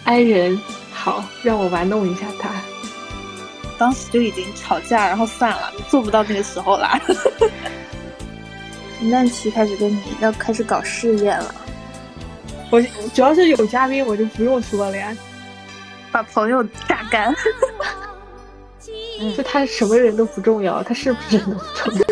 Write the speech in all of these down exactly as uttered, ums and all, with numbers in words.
，i 人好，让我玩弄一下他。 当时就已经吵架，然后散了，做不到那个时候啦。陈丹琪开始跟你要开始搞事业了。 我主要是有嘉宾，我就不用说了呀， 把朋友榨干。 就他什么人都不重要，他是不是人都不重要？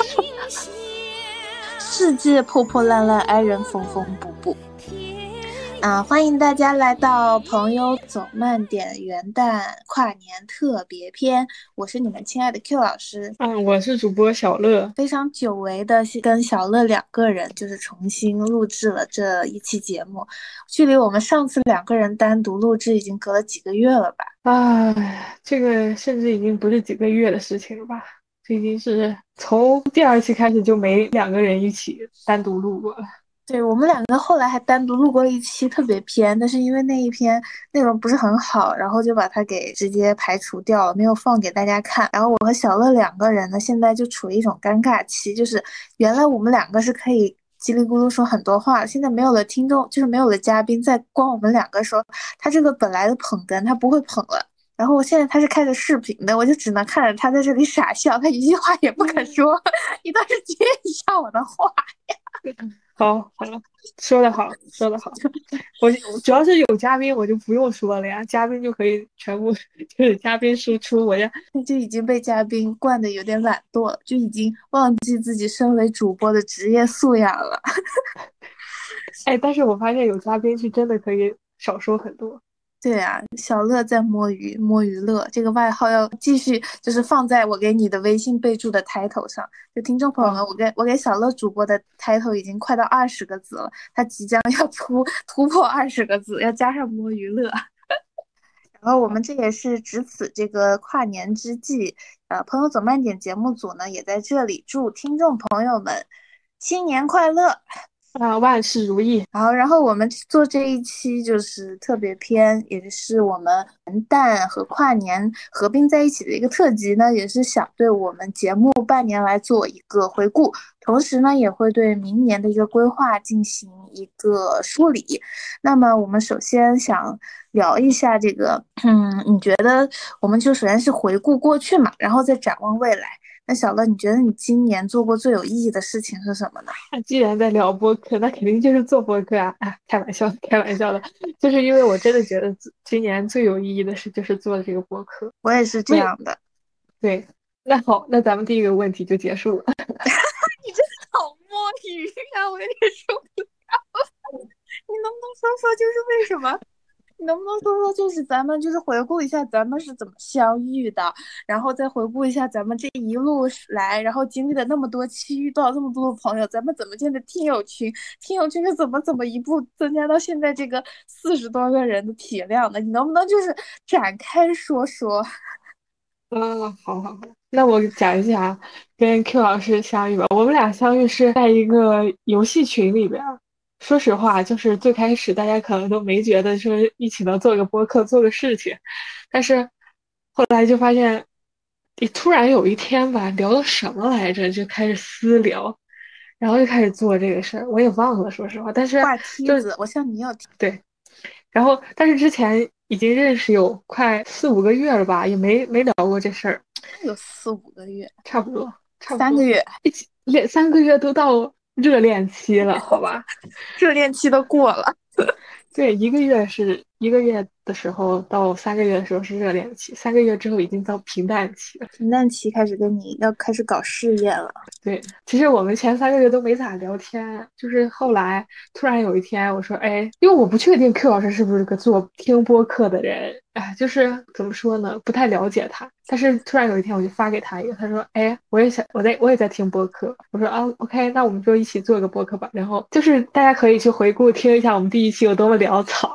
世界破破烂烂，爱人缝缝补补。啊，欢迎大家来到朋友走慢点元旦跨年特别篇，我是你们亲爱的 Q 老师。 嗯，我是主播小乐。 非常久违的跟小乐两个人就是重新录制了这一期节目，距离我们上次两个人单独录制已经隔了几个月了吧？ 哎，这个甚至已经不是几个月的事情了吧？这已经是从第二期开始就没两个人一起单独录过了。 对，我们两个后来还单独录过一期特别篇，但是因为那一篇内容不是很好，然后就把它给直接排除掉了，没有放给大家看。然后我和小乐两个人呢，现在就处于一种尴尬期，就是原来我们两个是可以叽里咕噜说很多话，现在没有了听众，就是没有了嘉宾，在光我们两个说，他这个本来的捧哏他不会捧了。然后我现在他是开着视频的，我就只能看着他在这里傻笑，他一句话也不肯说。你倒是接一下我的话呀！ 好好，说得好，说得好。我主要是有嘉宾，我就不用说了呀，嘉宾就可以全部就是嘉宾输出，我呀就已经被嘉宾惯得有点懒惰了，就已经忘记自己身为主播的职业素养了。 哎，但是我发现有嘉宾是真的可以少说很多。 对啊，小乐在摸鱼，摸鱼乐这个外号要继续，就是放在我给你的微信备注的 title 上。就听众朋友们，我给我给小乐主播的 title 已经快到二十个字了，他即将要突突破二十个字，要加上摸鱼乐。然后我们这也是值此这个跨年之际，呃，朋友走慢点节目组呢也在这里祝听众朋友们新年快乐。 啊，万事如意。 好，然后我们做这一期就是特别篇，也是我们元旦和跨年合并在一起的一个特辑呢，也是想对我们节目半年来做一个回顾，同时呢也会对明年的一个规划进行一个梳理。那么我们首先想聊一下这个，嗯，你觉得我们就首先是回顾过去嘛，然后再展望未来。那小乐，你觉得你今年做过最有意义的事情是什么呢？ 那既然在聊播客，那肯定就是做播客啊！哎，开玩笑，开玩笑的，就是因为我真的觉得今年最有意义的事就是做这个播客。 我也是这样的。 对，那好，那咱们第一个问题就结束了。 你真的好摸鱼啊！我有点受不了。你能不能说说就是为什么？你能不能说说就是咱们就是回顾一下咱们是怎么相遇的，然后再回顾一下咱们这一路来，然后经历了那么多期，遇到这么多的朋友，咱们怎么建的听友群？听友群是怎么怎么一步增加到现在这个四十多个人的体量的？你能不能就是展开说说？ 嗯，好好好，那我讲一下跟 Q 老师相遇吧。我们俩相遇是在一个游戏群里边儿。说实话，就是最开始大家可能都没觉得说一起能做个播客做个事情，但是后来就发现，你突然有一天吧，聊到什么来着，就开始私聊，然后就开始做这个事儿，我也忘了，说实话。但是挂梯就子，我向你要梯。 对，然后但是之前已经认识有快四五个月了吧，也没没聊过这事儿。 有四五个月， 差不多，差不多， 三个月， 一起两三个月都到热恋期了，好吧？ 热恋期都过了。 对，一个月是一个月的时候到三个月的时候是热恋期，三个月之后已经到平淡期了。 平淡期开始跟你要开始搞事业了。 对，其实我们前三个月都没咋聊天，就是后来突然有一天我说，哎，因为我不确定 Q 老师是不是个做听播客的人，哎，就是怎么说呢，不太了解他。但是突然有一天我就发给他一个，他说，哎，我也想，我在我也在听播客。我说啊，OK，那我们就一起做个播客吧。然后就是大家可以去回顾听一下我们第一期有多么潦草。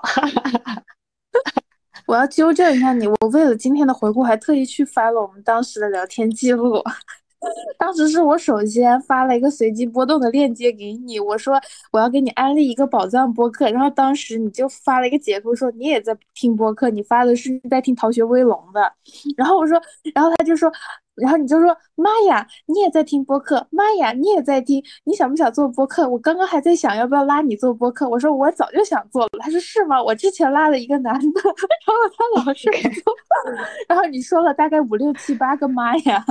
我要纠正一下你，我为了今天的回顾还特意去翻了我们当时的聊天记录。 当时是我首先发了一个随机波动的链接给你，我说我要给你安利一个宝藏播客，然后当时你就发了一个截图说你也在听播客，你发的是在听逃学威龙的，然后我说，然后他就说，然后你就说妈呀，你也在听播客，妈呀，你也在听，你想不想做播客？我刚刚还在想要不要拉你做播客，我说我早就想做了，他说是吗？我之前拉了一个男的，然后他老是不 OK 做，然后你说了大概五六七八个妈呀。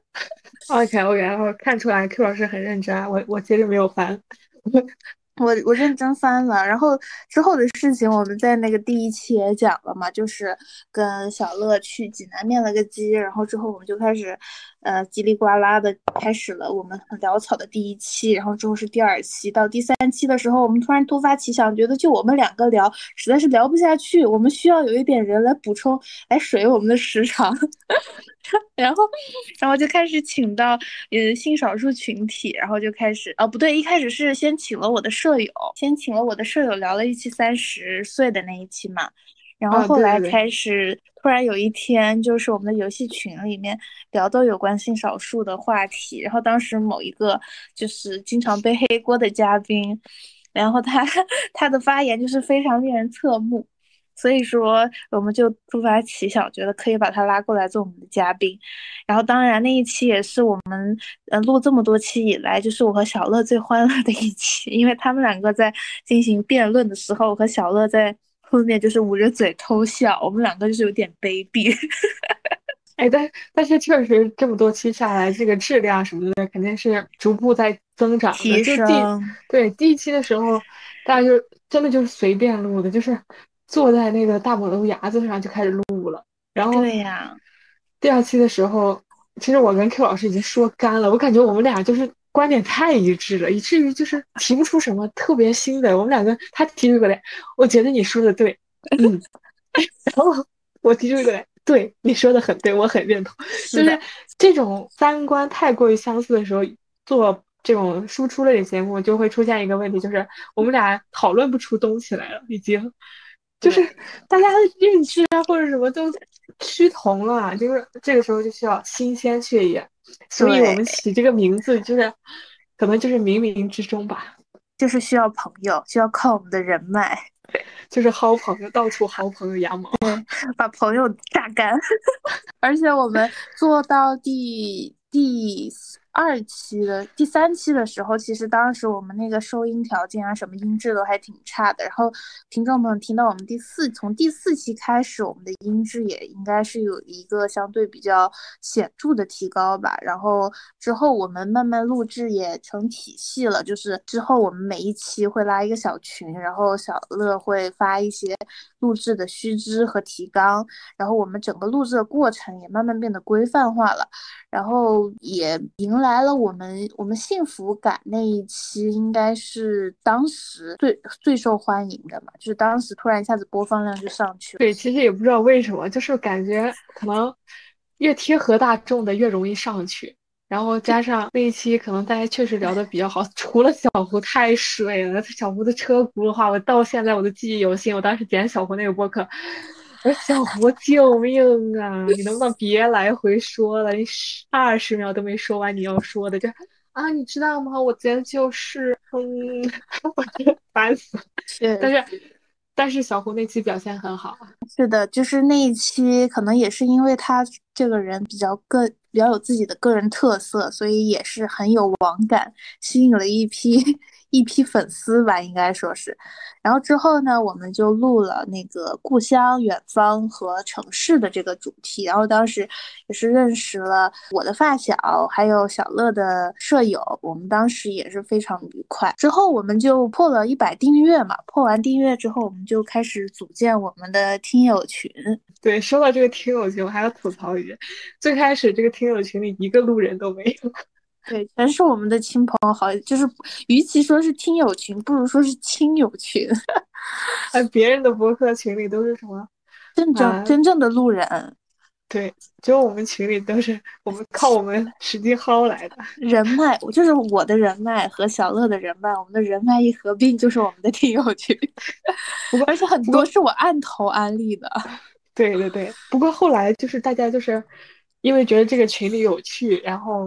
OK OK，然后看出来 Q 老师很认真啊，我我其实没有翻。 我我认真翻了，然后之后的事情我们在那个第一期也讲了嘛，就是跟小乐去济南面了个基，然后之后我们就开始，呃，叽里呱啦的开始了我们很潦草的第一期，然后之后是第二期，到第三期的时候，我们突然突发奇想，觉得就我们两个聊实在是聊不下去，我们需要有一点人来补充，来水我们的时长。然后，然后就开始请到呃性少数群体，然后就开始哦不对，一开始是先请了我的舍友，先请了我的舍友聊了一期三十岁的那一期嘛，然后啊， 后对对对， 来开始突然有一天，就是我们的游戏群里面聊到有关性少数的话题，然后当时某一个就是经常背黑锅的嘉宾，然后他他的发言就是非常令人侧目。所以说，我们就突发奇想，觉得可以把他拉过来做我们的嘉宾。然后，当然那一期也是我们呃录这么多期以来，就是我和小乐最欢乐的一期，因为他们两个在进行辩论的时候，我和小乐在后面就是捂着嘴偷笑，我们两个就是有点卑鄙。 哎，但但是确实这么多期下来，这个质量什么的肯定是逐步在增长的。 提就第升， 对第一期的时候，大家就真的就是随便录的，就是坐在那个大马路牙子上就开始录了。然后对呀， 第二期的时候，其实我跟 Q 老师已经说干了，我感觉我们俩就是观点太一致了，以至于就是提不出什么特别新的。我们两个他提出一个来，我觉得你说的对，嗯。然后我提出一个来，对你说的很对，我很认同。就是是的， 这种三观太过于相似的时候，做这种输出类的节目就会出现一个问题，就是我们俩讨论不出东西来了，已经就是对大家的认知啊或者什么都趋同了，就是这个时候就需要新鲜血液，所以我对， 们起这个名字就是可能就是冥冥之中吧， 就是需要朋友，需要靠我们的人脉， 就是薅朋友，到处薅朋友羊毛。 对，把朋友榨干。而且我们做到第第二期的第三期的时候，其实当时我们那个收音条件啊，什么音质都还挺差的。然后听众朋友听到我们第四从第四期开始，我们的音质也应该是有一个相对比较显著的提高吧。然后之后我们慢慢录制也成体系了，就是之后我们每一期会拉一个小群，然后小乐会发一些录制的须知和提纲。然后我们整个录制的过程也慢慢变得规范化了，然后也迎来了我们我们幸福感那一期，应该是当时最最受欢迎的嘛，就是当时突然一下子播放量就上去了。 对，其实也不知道为什么，就是感觉可能越贴合大众的越容易上去，然后加上那一期可能大家确实聊得比较好，除了小胡太水了，小胡的车轱辘话我到现在我都记忆犹新。我当时剪小胡那个播客，我说小胡救命啊，你能不能别来回说了，你十二十秒都没说完你要说的，这啊你知道吗？我觉得就是嗯，我觉得烦死了。但确是但是小胡那期表现很好啊。 是的，就是那一期，可能也是因为他这个人比较个比较有自己的个人特色，所以也是很有网感，吸引了一批一批粉丝吧，应该说是。然后之后呢，我们就录了那个故乡、远方和城市的这个主题。然后当时也是认识了我的发小，还有小乐的舍友，我们当时也是非常愉快。之后我们就破了一百订阅嘛，破完订阅之后，我们就开始组建我们的听友群。 对，说到这个听友群，我还要吐槽一句，最开始这个听友群里一个路人都没有。 对，全是我们的亲朋好友，就是与其说是听友群，不如说是亲友群， 哎，别人的博客群里都是什么真正啊？ 真正的路人。 对，只有我们群里都是我们靠我们使劲薅来的。 人脉，我就是我的人脉和小乐的人脉，我们的人脉一合并就是我们的听友群， 不过， 而且很不过， 多是我按头安利的。 对对对，不过后来就是大家就是因为觉得这个群里有趣，然后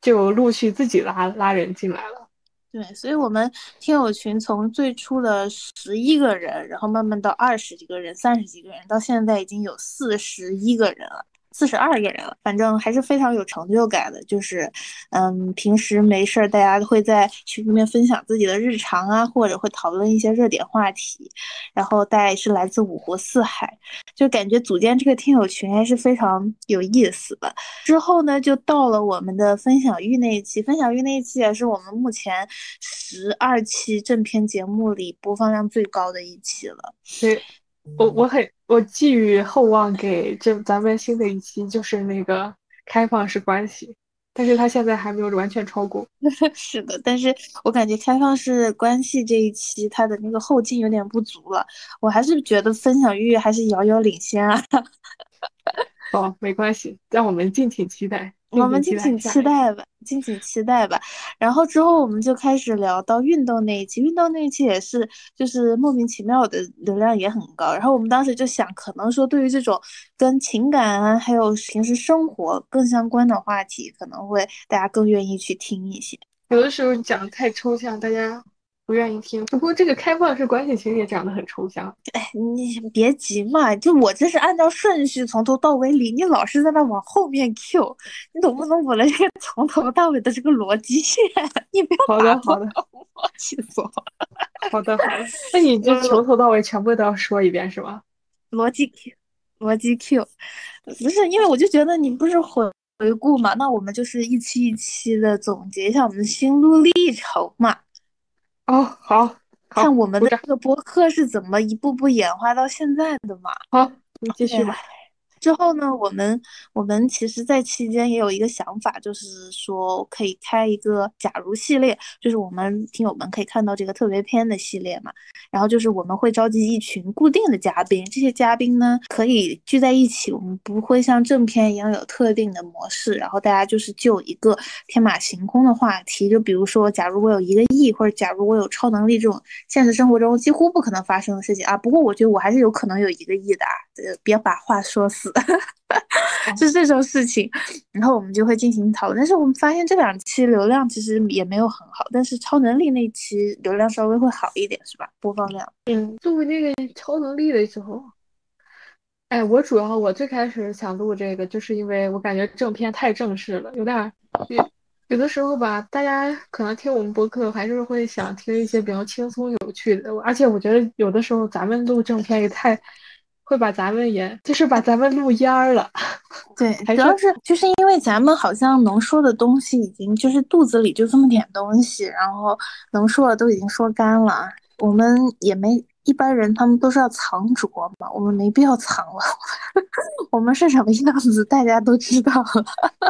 就陆续自己拉拉人进来了。 对，所以我们听友群从最初的十一个人，然后慢慢到二十几个人、三十几个人，到现在已经有四十一个人了。四十二个人了，反正还是非常有成就感的。就是，嗯，平时没事儿，大家会在群里面分享自己的日常啊，或者会讨论一些热点话题。然后大家也是来自五湖四海，就感觉组建这个听友群还是非常有意思的。之后呢，就到了我们的分享欲那一期，分享欲那一期也是我们目前十二期正片节目里播放量最高的一期了。 对，我我很我寄予厚望给这咱们新的一期，就是那个开放式关系，但是他现在还没有完全超过。 是的，但是我感觉开放式关系这一期它的那个后劲有点不足了，我还是觉得分享欲还是遥遥领先啊。 哦，没关系，让我们敬请期待， 我敬请期待们敬请下一期。 期待吧，敬请期待吧。然后之后我们就开始聊到运动那一期，运动那一期也是就是莫名其妙的流量也很高。然后我们当时就想，可能说对于这种跟情感啊，还有平时生活更相关的话题，可能会大家更愿意去听一些。 有的时候讲太抽象，大家不愿意听。不过这个开放式关系其实也讲得很抽象。 你别急嘛，就我这是按照顺序从头到尾理，你老是在那往后面 Q，你懂不懂我的这个从头到尾的这个逻辑线？你不要好的， 打断好的， 我，气死我了！ 好的，好的。那你就从头到尾全部都要说一遍是吗？ 逻辑 Q，逻辑 Q，不是因为我就觉得你不是回回顾嘛，那我们就是一期一期的总结一下我们的心路历程嘛， 哦，好，好， 看我们鼓掌。 的这个播客是怎么一步步演化到现在的嘛。 好，你继续对， 吧。 之后呢，我们我们其实，在期间也有一个想法，就是说可以开一个假如系列，就是我们听友们可以看到这个特别篇的系列嘛。然后就是我们会召集一群固定的嘉宾，这些嘉宾呢可以聚在一起，我们不会像正片一样有特定的模式，然后大家就是就一个天马行空的话题，就比如说，假如我有一个亿，或者假如我有超能力这种现实生活中几乎不可能发生的事情啊。不过我觉得我还是有可能有一个亿的啊，呃，别把话说死。 哦， 是这种事情，然后我们就会进行讨论。但是我们发现这两期流量其实也没有很好，但是超能力那期流量稍微会好一点，是吧？播放量。 嗯，作为那个超能力的时候，哎，我主要我最开始想录这个，就是因为我感觉正片太正式了，有点儿有有的时候吧，大家可能听我们播客还是会想听一些比较轻松有趣的，而且我觉得有的时候咱们录正片也太会把咱们也就是把咱们录蔫儿了， 对， 还是主要是就是因为咱们好像能说的东西已经就是肚子里就这么点东西，然后能说的都已经说干了，我们也没一般人他们都是要藏拙嘛，我们没必要藏了，我们是什么样子大家都知道了。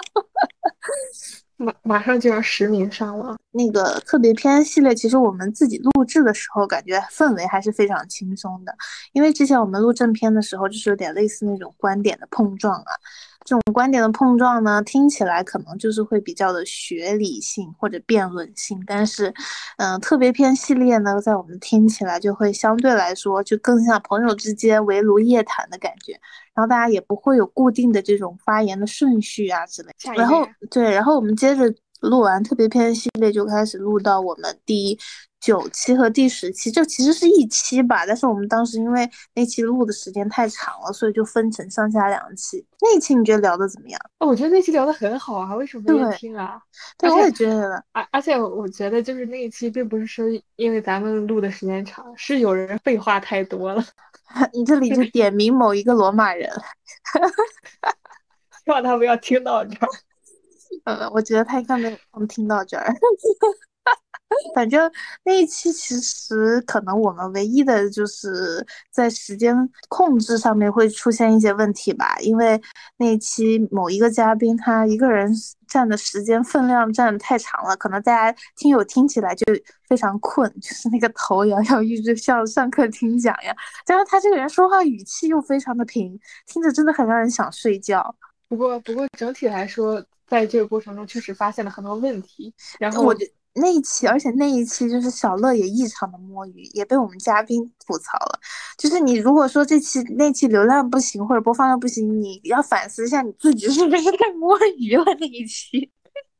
马马上就要实名上了。 那个特别篇系列，其实我们自己录制的时候，感觉氛围还是非常轻松的。因为之前我们录正片的时候，就是有点类似那种观点的碰撞啊。这种观点的碰撞呢，听起来可能就是会比较的学理性或者辩论性，但是，嗯、呃，特别篇系列呢，在我们听起来就会相对来说就更像朋友之间围炉夜谈的感觉。然后大家也不会有固定的这种发言的顺序啊之类。然后下一个呀， 对，然后我们接着录完特别篇系列，就开始录到我们第九期和第十期，这其实是一期吧，但是我们当时因为那期录的时间太长了，所以就分成上下两期。那一期你觉得聊的怎么样？ 哦，我觉得那期聊得很好啊，为什么没人对， 听啊？ 对， 而且， 我也觉得， 而而且我觉得就是那一期并不是说因为咱们录的时间长，是有人废话太多了。 你这里就点名某一个罗马人， 希望他不要听到这儿。 嗯，我觉得他应该没有能听到这儿。反正那一期其实可能我们唯一的就是在时间控制上面会出现一些问题吧，因为那一期某一个嘉宾他一个人占的时间分量占的太长了，可能大家听友听起来就非常困，就是那个头摇摇欲坠，像上课听讲呀。加上他这个人说话语气又非常的平，听着真的很让人想睡觉。 不过，不过整体来说，在这个过程中确实发现了很多问题。然后， 我觉那一期，而且那一期就是小乐也异常的摸鱼，也被我们嘉宾吐槽了。就是你如果说这期那期流量不行或者播放量不行，你要反思一下你自己是不是在摸鱼了那一期。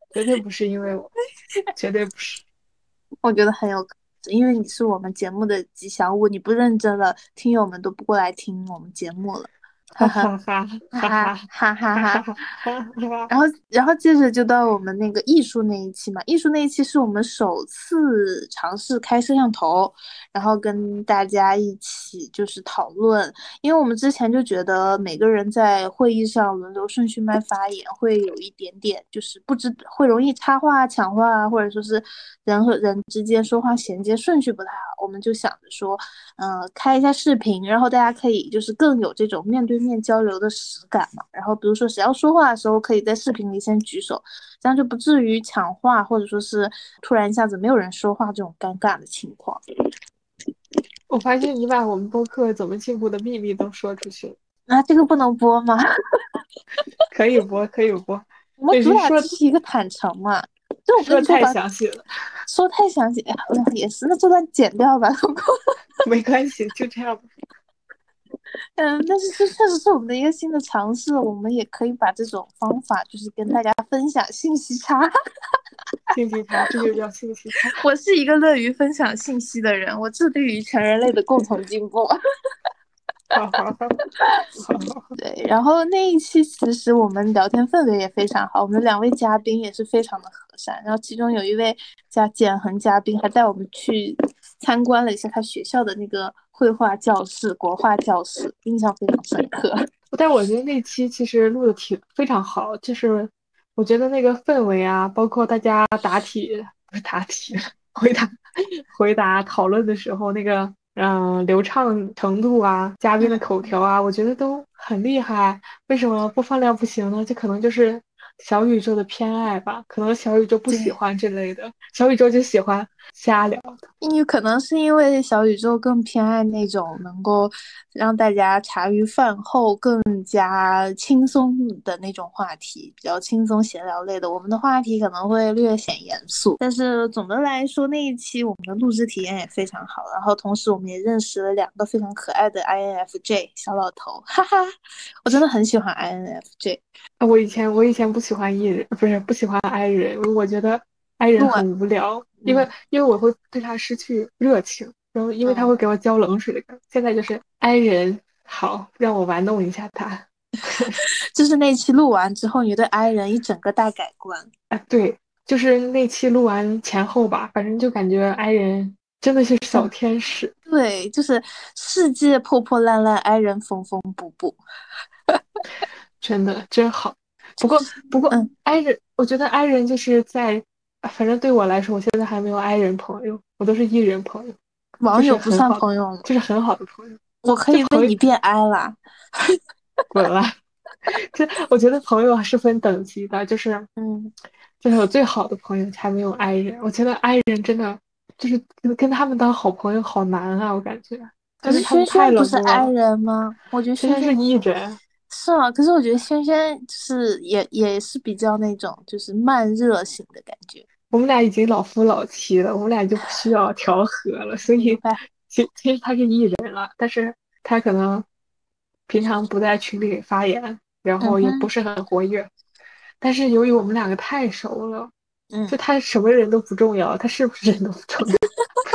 绝对不是因为我，绝对不是。 我觉得很有可能，因为你是我们节目的吉祥物，你不认真了，听友们都不过来听我们节目了，哈哈哈哈哈哈哈哈哈哈哈哈。 哈哈哈哈哈！ 然后，然后接着就到我们那个艺术那一期嘛。艺术那一期是我们首次尝试开摄像头，然后跟大家一起就是讨论。因为我们之前就觉得每个人在会议上轮流顺序麦发言，会有一点点就是不知会容易插话、抢话啊，或者说是人和人之间说话衔接顺序不太好。我们就想着说，呃，开一下视频，然后大家可以就是更有这种面对面交流的实感嘛。然后比如说谁要说话的时候，可以在视频里先举手，这样就不至于抢话，或者说是突然一下子没有人说话这种尴尬的情况。 我发现你把我们播客怎么进步的秘密都说出去了。 那、啊这个不能播吗？ 可以播，可以播。 我们主打那是说就是一个坦诚嘛。就我跟你说， 说太把详细了， 说太详细，哎呀，也是，那这段剪掉吧，老公。 没关系，就这样吧。 嗯，但是这确实是我们的一个新的尝试，我们也可以把这种方法就是跟大家分享信息差。 信息差，这就叫信息差。 我是一个乐于分享信息的人，我致力于全人类的共同进步。 好好好，好好好。 对，然后那一期其实我们聊天氛围也非常好，我们两位嘉宾也是非常的和善，然后其中有一位嘉简恒嘉宾还带我们去参观了一下他学校的那个绘画教室、国画教室，印象非常深刻。 但我觉得那期其实录的挺非常好，就是我觉得那个氛围啊，包括大家答题不是答题，回答回答讨论的时候那个嗯、呃流畅程度啊，嘉宾的口条啊，我觉得都很厉害。为什么播放量不行呢？这可能就是小宇宙的偏爱吧，可能小宇宙不喜对， 欢这类的，小宇宙就喜欢瞎聊的。 因为可能是因为小宇宙更偏爱那种能够让大家茶余饭后更加轻松的那种话题，比较轻松闲聊类的。我们的话题可能会略显严肃，但是总的来说那一期我们的录制体验也非常好。然后同时我们也认识了两个非常可爱的 I N F J 小老头，哈哈，我真的很喜欢 I N F J。 啊，我以前我以前不喜欢 E 人，不是不喜欢 I 人，因为我觉得 I 人很录完， 无聊，因为嗯因为我会对他失去热情，然后因为他会嗯。 给我浇冷水的感觉。现在就是 I 人好，让我玩弄一下他。 就是那期录完之后，你对 I 人一整个大改观。 啊，对，就是那期录完前后吧，反正就感觉 I 人真的是小嗯， 天使， 对，就是世界破破烂烂，I 人缝缝补补。 真的真好。不过不过嗯， I 人，我觉得 I 人就是在，反正对我来说，我现在还没有 I 人朋友，我都是 E 人朋友。就是网友不算很好， 朋友吗？ 就是很好的朋友。 我可以为这朋友你变 I 啦。 滚了，这我觉得朋友还是分等级的，就是嗯， 就是有最好的朋友才没有 i 人。我觉得 i 人真的就是跟跟他们当好朋友好难啊，我感觉就是可是轩他们太轩不是冷漠 I 了。 人吗？我觉得轩轩轩轩是 E 人， 是啊，可是我觉得轩轩就是也也是比较那种就是慢热型的感觉。 我们俩已经老夫老妻了，我们俩就不需要调和了，所以明白。 其其实他是 E 人了，但是他可能平常不在群里发言，然后也不嗯哼。 是很活跃。但是由于我们两个太熟了，就嗯， 他什么人都不重要，他是不是人都不重要。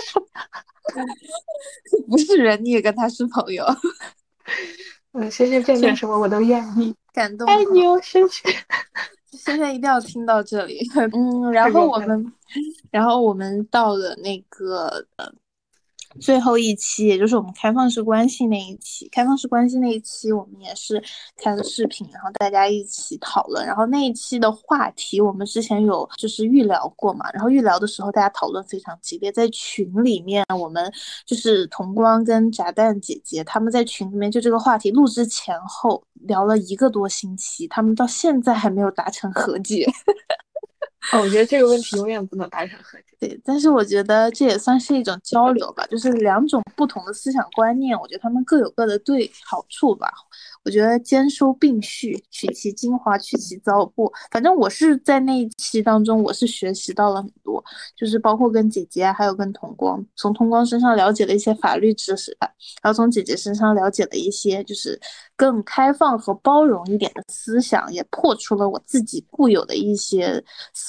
不是人你也跟他是朋友。 嗯，随随便便轩什么我都愿意。 感动了。 爱你哦，轩轩。 现在一定要听到这里。嗯，然太过分了。 后我们，然后我们到了那个呃最后一期，也就是我们开放式关系那一期。开放式关系那一期，我们也是开了视频，然后大家一起讨论。然后那一期的话题，我们之前有就是预聊过嘛，然后预聊的时候大家讨论非常激烈，在群里面我们就是童光跟炸弹姐姐他们在群里面就这个话题录制前后聊了一个多星期，他们到现在还没有达成和解。 哦，我觉得这个问题永远不能达成和解。 对，但是我觉得这也算是一种交流吧，就是两种不同的思想观念，我觉得他们各有各的对好处吧。我觉得兼收并蓄，取其精华，去其糟粕。反正我是在那一期当中，我是学习到了很多，就是包括跟姐姐啊还有跟童光，从童光身上了解了一些法律知识吧，然后从姐姐身上了解了一些就是更开放和包容一点的思想，也破除了我自己固有的一些思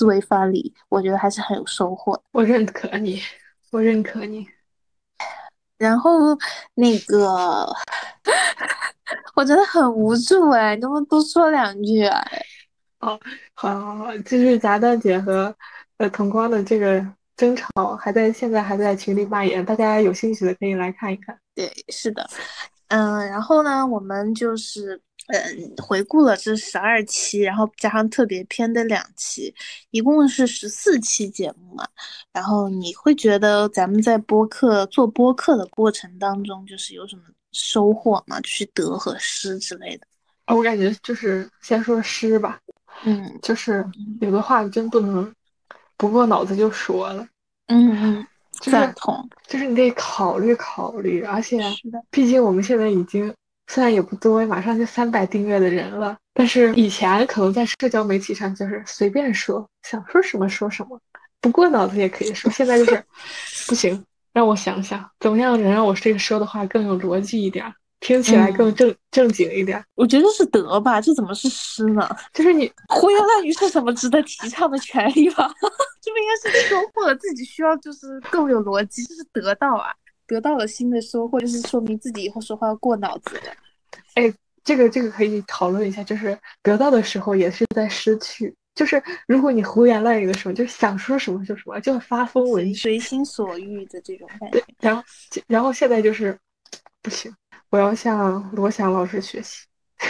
思维发力，我觉得还是很有收获的。 我认可你，我认可你。 然后那个我真的很无助哎，你能不能多说两句啊？ 哦，好，好，好，就是炸弹姐和呃同光的这个争吵还在现在还在群里蔓延，大家有兴趣的可以来看一看。 对，是的，嗯，然后呢，我们就是嗯回顾了这十二期，然后加上特别篇的两期，一共是十四期节目嘛。然后你会觉得咱们在播客做播客的过程当中，就是有什么收获吗？就是得和失之类的。 啊，我感觉就是先说诗吧， 嗯就是有的话真不能不过脑子就说了。 嗯嗯， 就是赞同。 就是你得考虑考虑，而且是的。 毕竟我们现在已经虽然也不多，马上就三百订阅的人了，但是以前可能在社交媒体上就是随便说，想说什么说什么，不过脑子也可以说。现在就是不行，让我想想，怎么样能让我这个说的话更有逻辑一点儿，听起来更嗯， 正正经一点儿。 我觉得是得吧，这怎么是失呢？ 就是你胡言乱语是什么值得提倡的权利吗？这不应该是收获了自己需要，就是更有逻辑，这是得到啊，得到了新的收获，就是说明自己以后说话要过脑子了。 哎，这个这个可以讨论一下，就是得到的时候也是在失去。就是如果你胡言乱语的时候，就想说什么就什么，就发疯文学。 随随心所欲的这种感对， 觉。 然后然后现在就是不行，我要向罗翔老师学习，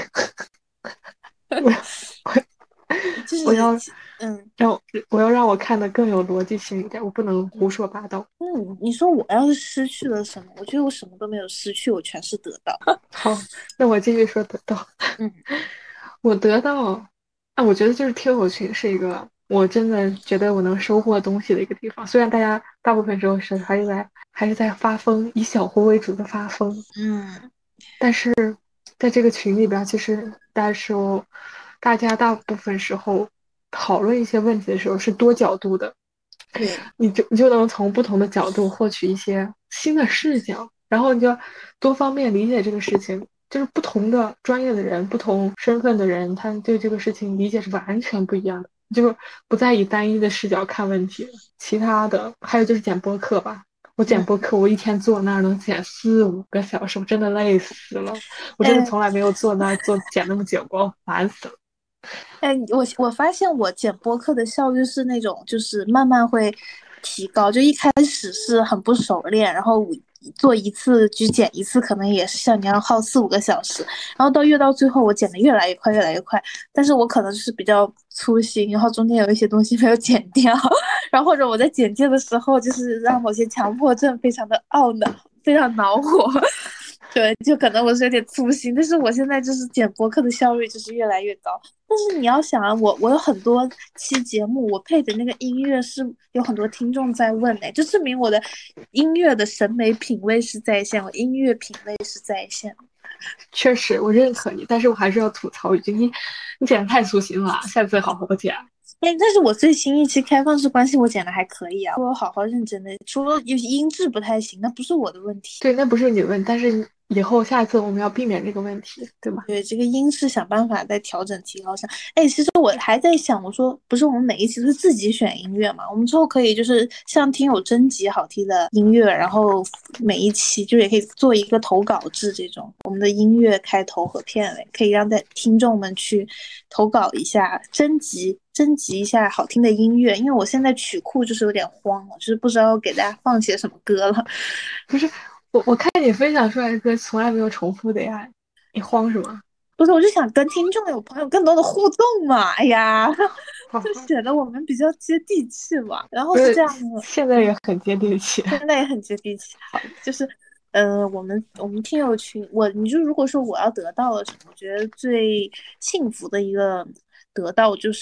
我要就是我要嗯让我我要让我看的更有逻辑性一点，我不能胡说八道。 嗯，你说我要是失去了什么？我觉得我什么都没有失去，我全是得到。 好，那我继续说得到。 嗯， 我得到，啊，我觉得就是听友群是一个我真的觉得我能收获东西的一个地方。虽然大家大部分时候是还是在还是在发疯，以小胡为主的发疯， 嗯， 但是在这个群里边儿，其实大家说大家大部分时候讨论一些问题的时候是多角度的， 对。 你就你就能从不同的角度获取一些新的视角，然后你就多方面理解这个事情。就是不同的专业的人、不同身份的人，他对这个事情理解是完全不一样的，就是不再以单一的视角看问题了。其他的还有就是剪播客吧，我剪播嗯， 客，我一天坐那儿能剪四五个小时，我真的累死了。我真的哎从来没有坐那儿坐剪那么久过，烦死了。 哎，我我发现我剪播客的效率是那种，就是慢慢会提高。就一开始是很不熟练，然后做一次只剪一次，可能也是像你要耗四五个小时，然后到越到最后，我剪的越来越快，越来越快。但是我可能是比较粗心，然后中间有一些东西没有剪掉，然后或者我在剪接的时候，就是让某些强迫症非常的懊恼，非常恼火。对，就可能我是有点粗心，但是我现在就是剪播客的效率就是越来越高。但是你要想啊，我我有很多期节目，我配的那个音乐是有很多听众在问呢，就证明我的音乐的审美品味是在线，我音乐品味是在线。 确实，我认可你，但是我还是要吐槽一句，你你剪的太粗心了，下次好好剪。 哎，但是我最新一期开放式关系我剪的还可以啊，我好好认真的，除了有些音质不太行，那不是我的问题。 对，那不是你的问题，但是以后下一次我们要避免这个问题，对吧？ 对，这个音是想办法再调整提高上。哎，其实我还在想，我说不是我们每一期都是自己选音乐嘛？我们之后可以就是向听友征集好听的音乐，然后每一期就也可以做一个投稿制这种，我们的音乐开头和片尾可以让在听众们去投稿一下，征集征集一下好听的音乐。因为我现在曲库就是有点慌了，就是不知道给大家放些什么歌了。 不是，我我看你分享出来的歌从来没有重复的呀，你慌什么？ 不是，我就想跟听众有朋友更多的互动嘛。哎呀， 好就好， 显得我们比较接地气嘛。然后不是， 是这样的， 现在也很接地气。 现在也很接地气。好，就是，呃，我们我们听友群，我你就如果说我要得到了什么，我觉得最幸福的一个得到就是，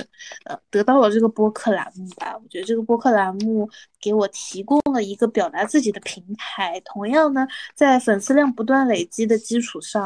呃，得到了这个播客栏目吧。我觉得这个播客栏目给我提供了一个表达自己的平台。同样呢，在粉丝量不断累积的基础上。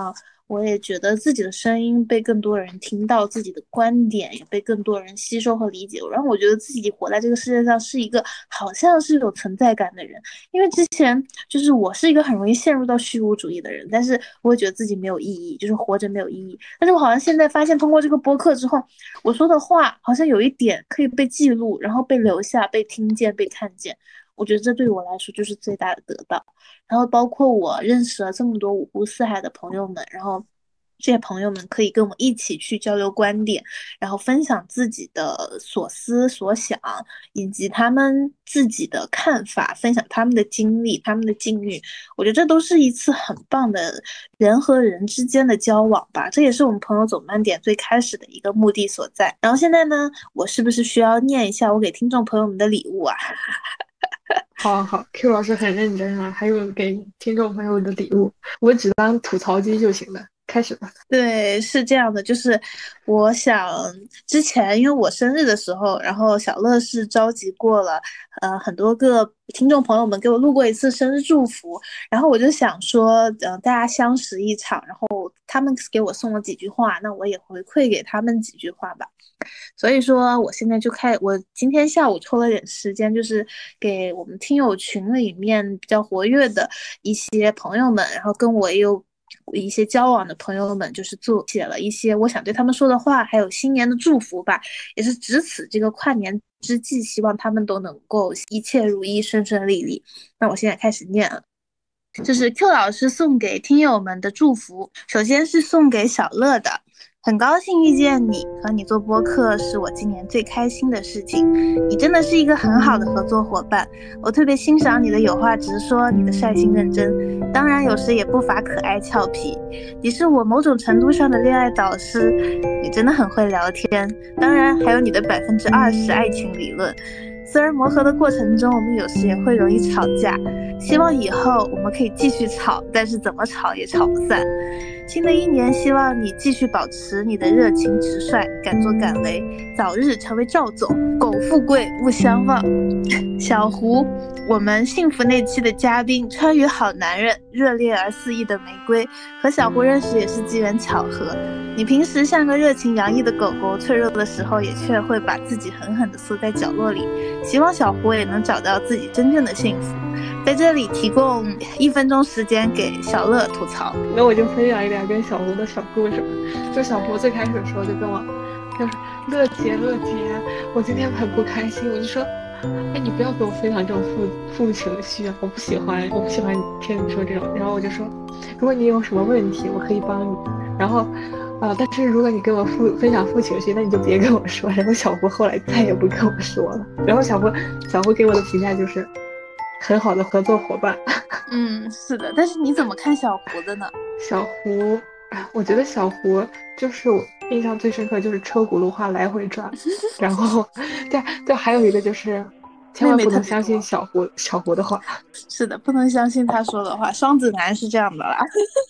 我也觉得自己的声音被更多人听到，自己的观点也被更多人吸收和理解，然后我觉得自己活在这个世界上是一个好像是有存在感的人。因为之前就是我是一个很容易陷入到虚无主义的人，但是我会觉得自己没有意义，就是活着没有意义。但是我好像现在发现，通过这个播客之后，我说的话好像有一点可以被记录，然后被留下、被听见、被看见。我觉得这对我来说就是最大的得到。然后包括我认识了这么多五湖四海的朋友们，然后这些朋友们可以跟我一起去交流观点，然后分享自己的所思所想，以及他们自己的看法，分享他们的经历、他们的境遇。我觉得这都是一次很棒的人和人之间的交往吧，这也是我们朋友走慢点最开始的一个目的所在。然后现在呢，我是不是需要念一下我给听众朋友们的礼物啊？ 好好好，Q 老师很认真啊，还有给听众朋友的礼物，我只当吐槽机就行了。开始吧。 对，是这样的，就是我想之前因为我生日的时候，然后小乐是召集过了呃很多个听众朋友们给我录过一次生日祝福，然后我就想说，呃，大家相识一场，然后他们给我送了几句话，那我也回馈给他们几句话吧。所以说，我现在就开，我今天下午抽了点时间，就是给我们听友群里面比较活跃的一些朋友们，然后跟我也有一些交往的朋友们，就是做写了一些我想对他们说的话，还有新年的祝福吧，也是值此这个跨年之际，希望他们都能够一切如意，顺顺利利。那我现在开始念了。这是 Q 老师送给听友们的祝福，首先是送给小乐的。很高兴遇见你，和你做播客是我今年最开心的事情。你真的是一个很好的合作伙伴，我特别欣赏你的有话直说，你的率性认真，当然有时也不乏可爱俏皮。你是我某种程度上的恋爱导师，你真的很会聊天，当然还有你的百分之二十爱情理论。虽然磨合的过程中，我们有时也会容易吵架，希望以后我们可以继续吵，但是怎么吵也吵不散。新的一年，希望你继续保持你的热情直率，敢作敢为，早日成为赵总，苟富贵勿相忘。小胡，我们幸福那期的嘉宾，川渝好男人，热烈而肆意的玫瑰，和小胡认识也是机缘巧合。你平时像个热情洋溢的狗狗，脆弱的时候也却会把自己狠狠地缩在角落里。希望小胡也能找到自己真正的幸福。在这里提供一分钟时间给小乐吐槽。 那我就分享一点跟小胡的小故事吧。就小胡最开始的时候就跟我，就是乐姐乐姐，我今天很不开心，我就说，哎，你不要给我分享这种负负情绪啊，我不喜欢，我不喜欢听你说这种。然后我就说，如果你有什么问题，我可以帮你。然后，啊、呃，但是如果你跟我负分享负情绪，那你就别跟我说。然后小胡后来再也不跟我说了。然后小胡小胡给我的评价就是很好的合作伙伴。 嗯，是的，但是你怎么看小胡的呢？ 小胡，我觉得小胡就是我印象最深刻就是车轱辘话来回转，然后对对，还有一个就是千万不能相信小胡小胡的话。 是的，不能相信他说的话，双子男是这样的啦。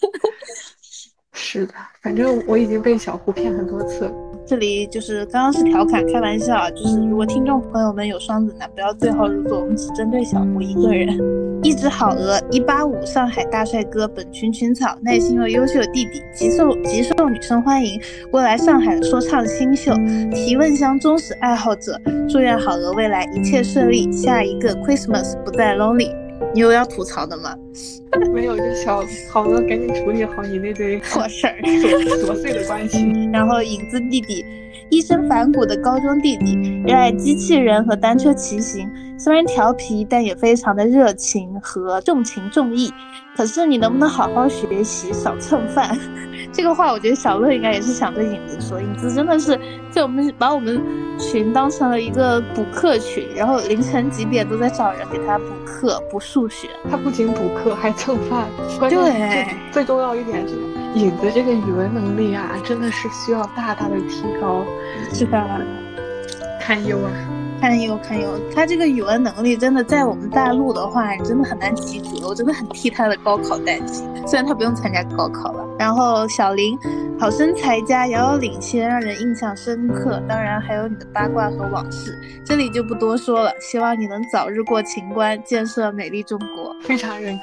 是的，反正我已经被小胡骗很多次了。 这里就是刚刚是调侃开玩笑，就是如果听众朋友们有双子男，不要对号入座，我们只针对小胡一个人。一只好鹅，一八五上海大帅哥，本群群草，耐心又优秀弟弟，极受极受女生欢迎，未来上海的说唱新秀，提问箱忠实爱好者，祝愿好鹅未来一切顺利，下一个 Christmas 不再 lonely。你有要吐槽的吗？ 没有，就小好鹅赶紧处理好你那堆破事儿琐琐碎的关系。 然后影子弟弟，一身反骨的高中弟弟，热爱机器人和单车骑行，虽然调皮，但也非常的热情和重情重义。可是你能不能好好学习，少蹭饭？这个话我觉得小乐应该也是想对影子说，影子真的是就我们把我们群当成了一个补课群，然后凌晨几点都在找人给他补课补数学。 他不仅补课还蹭饭，关键对， 最重要一点是影子这个语文能力啊，真的是需要大大的提高。 是的， 堪忧啊。 堪忧堪忧，他这个语文能力真的在我们大陆的话真的很难及格，我真的很替他的高考担心，虽然他不用参加高考了。然后小林，好身材加遥遥领先，让人印象深刻，当然还有你的八卦和往事，这里就不多说了，希望你能早日过情关，建设美丽中国。 非常认可，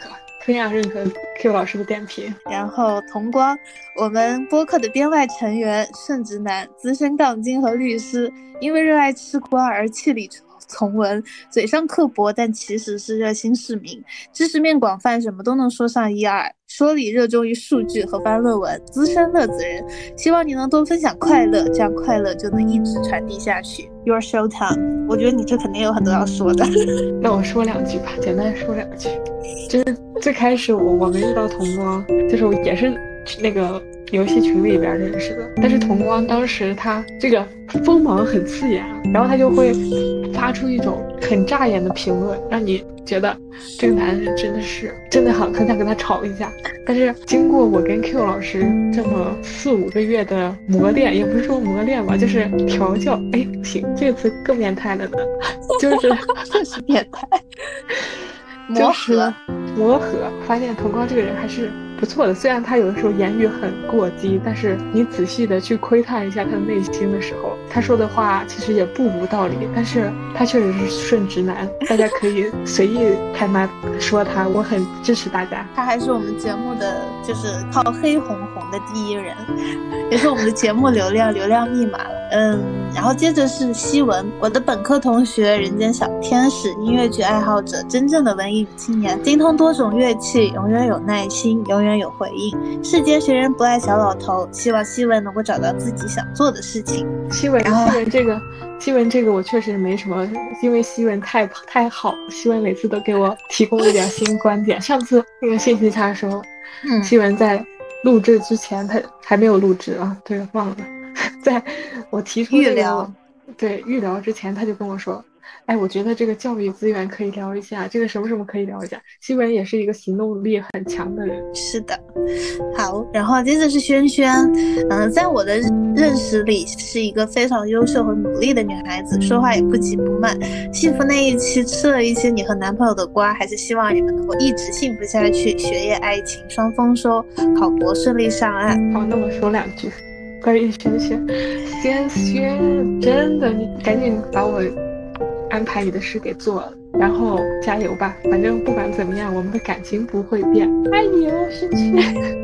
非常认可 Q 老师的点评。 然后童光，我们播客的编外成员，顺直男，资深杠精和律师，因为热爱吃瓜而气里从文，嘴上刻薄，但其实是热心市民，知识面广泛，什么都能说上一二，说理热衷于数据和翻论文，资深乐子人。希望你能多分享快乐，这样快乐就能一直传递下去。Your show time， 我觉得你这肯定有很多要说的。 那我说两句吧，简单说两句。就是最开始我我们遇到童光，就是我也是那个游戏群里边认识的，但是童光当时他这个锋芒很刺眼，然后他就会发出一种很扎眼的评论，让你觉得这个男人真的是真的很很想跟他吵一架。但是经过我跟 Q 老师这么四五个月的磨练，也不是说磨练吧，就是调教。哎，不行，这个词更变态了呢，就是就是变态。 磨合，磨合，发现童光这个人还是不错的。虽然他有的时候言语很过激，但是你仔细的去窥探一下他的内心的时候，他说的话其实也不无道理。但是他确实是顺直男，大家可以随意开麦说他，我很支持大家。 他还是我们节目的就是靠黑红红的第一人，也是我们的节目流量流量密码。嗯，然后接着是西文，我的本科同学，人间小天使，音乐剧爱好者，真正的文艺女青年，精通多种乐器，永远有耐心，永远有回应。世间谁人不爱小老头？希望西文能够找到自己想做的事情。 西文，西文这个，西文这个我确实没什么，因为西文太太好，西文每次都给我提供一点新观点。上次那个信息差的时候，嗯，西文在录制之前，他还没有录制啊，对，忘了。在我提出预聊， 对预聊之前，他就跟我说：“哎，我觉得这个教育资源可以聊一下，这个什么什么可以聊一下。”西文也是一个行动力很强的人。 是的，好，然后接着是轩轩，嗯、呃，在我的认识里是一个非常优秀和努力的女孩子，说话也不急不慢。幸福那一期吃了一些你和男朋友的瓜，还是希望你们能够一直幸福下去，学业爱情双丰收，考博顺利上岸。 好，那我说两句。关于轩轩，轩轩，真的，你赶紧把我安排你的事给做了，然后加油吧，反正不管怎么样，我们的感情不会变。爱你哦，轩轩。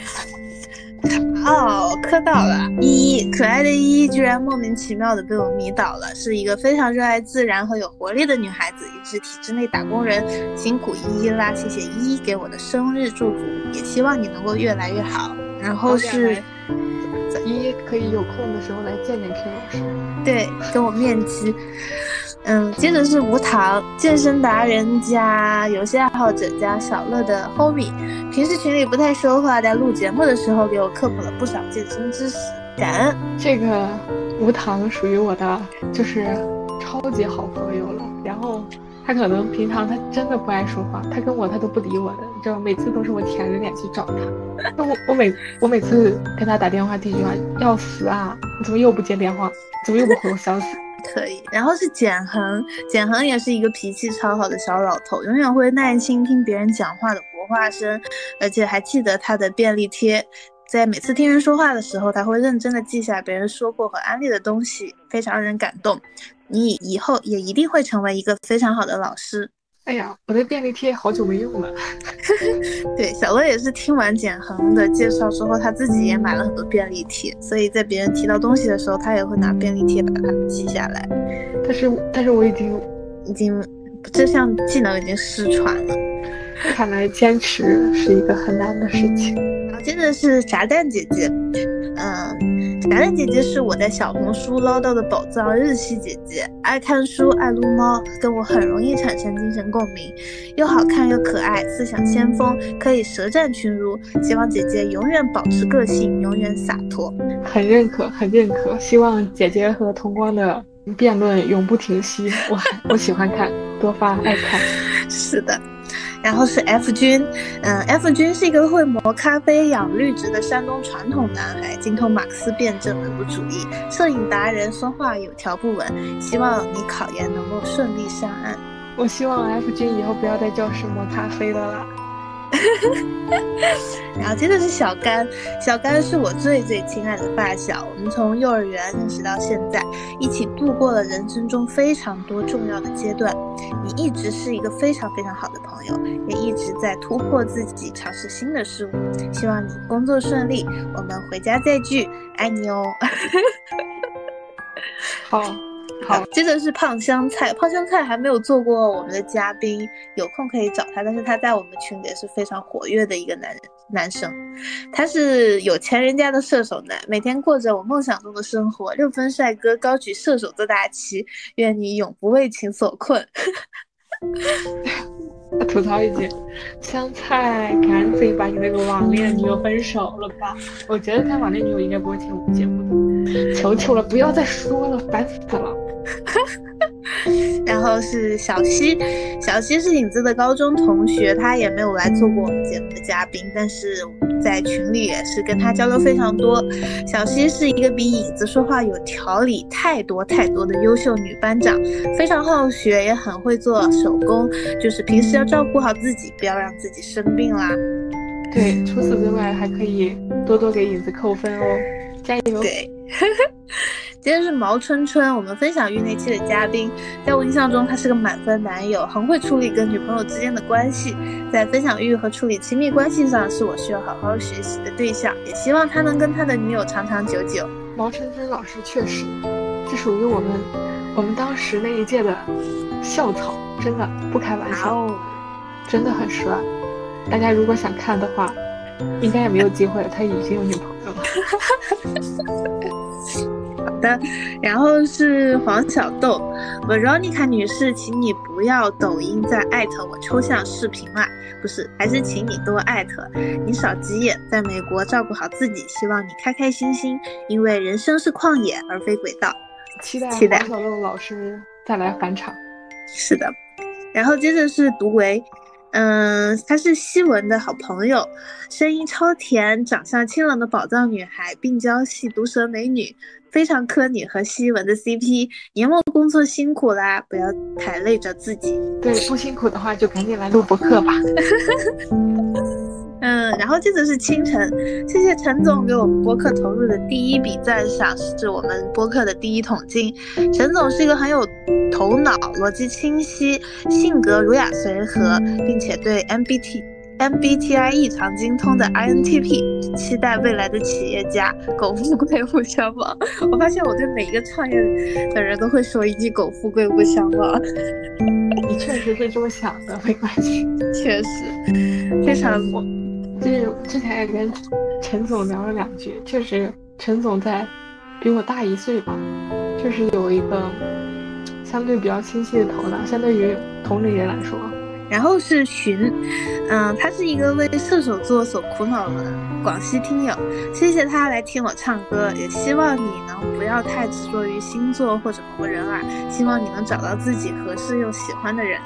哦，磕到了。依依，可爱的依依居然莫名其妙的被我迷倒了，是一个非常热爱自然和有活力的女孩子，也是体制内打工人，辛苦依依啦！谢谢依依给我的生日祝福，也希望你能够越来越好。然后是。 依依可以有空的时候来见见 Q 老师， 对，跟我面基。嗯，接着是无糖健身达人加游戏爱好者加小乐的 homie， 平时群里不太说话，在录节目的时候给我科普了不少健身知识，感恩。 这个无糖属于我的就是超级好朋友了，然后他可能平常他真的不爱说话，他跟我他都不理我的，你知道，每次都是我舔着脸去找他。那我我每我每次跟他打电话，第一句话要死啊！你怎么又不接电话？怎么又不回我消息？ 可以。然后是简恒，简恒也是一个脾气超好的小老头，永远会耐心听别人讲话的活化身，而且还记得他的便利贴。在每次听人说话的时候，他会认真的记下别人说过和安利的东西，非常让人感动。你以后也一定会成为一个非常好的老师。 哎呀，我的便利贴好久没用了。 对，小乐也是听完简恒的介绍之后，他自己也买了很多便利贴，所以在别人提到东西的时候，他也会拿便利贴把它记下来。 但是，但是我已经已经这项技能已经失传了。 看来坚持是一个很难的事情。 然后接着是炸弹姐姐，嗯，炸蛋姐姐是我在小红书捞到的宝藏日系姐姐，爱看书爱撸猫，跟我很容易产生精神共鸣，又好看又可爱，思想先锋，可以舌战群儒，希望姐姐永远保持个性，永远洒脱。 很认可很认可，希望姐姐和同光的辩论永不停息。我我喜欢看，多发爱看。 是的。然后是 F 君，嗯 ，F 君是一个会磨咖啡、养绿植的山东传统男孩，精通马克思辩证、唯物主义，摄影达人，说话有条不紊。希望你考研能够顺利上岸。 我希望 F 君以后不要在教室磨咖啡了啦。 然后接着是小甘，小甘是我最最亲爱的发小，我们从幼儿园认识到现在，一起度过了人生中非常多重要的阶段。你一直是一个非常非常好的朋友，也一直在突破自己，尝试新的事物。希望你工作顺利，我们回家再聚，爱你哦。 好。好， 接着是胖香菜，胖香菜还没有做过我们的嘉宾，有空可以找他，但是他在我们群里也是非常活跃的一个男人男生，他是有钱人家的射手男，每天过着我梦想中的生活，六分帅哥高举射手座大旗，愿你永不为情所困。 吐槽一句，香菜赶紧把你那个网恋女友分手了吧，我觉得他网恋女友应该不会听我们节目的，求求了，不要再说了，烦死了。 然后是小西，小西是影子的高中同学，他也没有来做过我们节目的嘉宾，但是在群里也是跟他交流非常多。小西是一个比影子说话有条理太多太多的优秀女班长，非常好学，也很会做手工，就是平时要照顾好自己，不要让自己生病啦。 对，除此之外还可以多多给影子扣分哦，加油。 对。接着是毛春春，我们分享欲那期的嘉宾，在我印象中他是个满分男友，很会处理跟女朋友之间的关系，在分享欲和处理亲密关系上是我需要好好学习的对象，也希望他能跟他的女友长长久久。 毛春春老师确实，这属于我们我们当时那一届的校草，真的不开玩笑，哦、真的很帅。大家如果想看的话，应该也没有机会了，他已经有女朋友了。 好的，然后是黄小豆 Veronica 女士，请你不要抖音再艾特我抽象视频啦，不是，还是请你多艾特，你少急眼，在美国照顾好自己，希望你开开心心，因为人生是旷野而非轨道。 期待期待黄小豆老师再来返场。 是的，然后接着是独维，嗯，她是希文的好朋友，声音超甜，长相清冷的宝藏女孩，病娇系毒舌美女，非常磕你和希文的 C P。年末工作辛苦啦，不要太累着自己。 对，不辛苦的话就赶紧来录播客吧。 嗯，然后接着是清晨，谢谢陈总给我们播客投入的第一笔赞赏，是我们播客的第一桶金。陈总是一个很有头脑、逻辑清晰、性格儒雅随和，并且对 M B T M B T I 异常精通的 I N T P， 期待未来的企业家，苟富贵不相忘。我发现我对每一个创业的人都会说一句苟富贵不相忘。 你确实是这么想的，没关系。 确实，非常我就是之前也跟陈总聊了两句，确实陈总在比我大一岁吧，就是有一个相对比较清晰的头脑，相对于同龄人来说。 然后是寻，嗯，他是一个为射手座所苦恼的广西听友，谢谢他来听我唱歌，也希望你能不要太执着于星座或者某个人儿，希望你能找到自己合适又喜欢的人。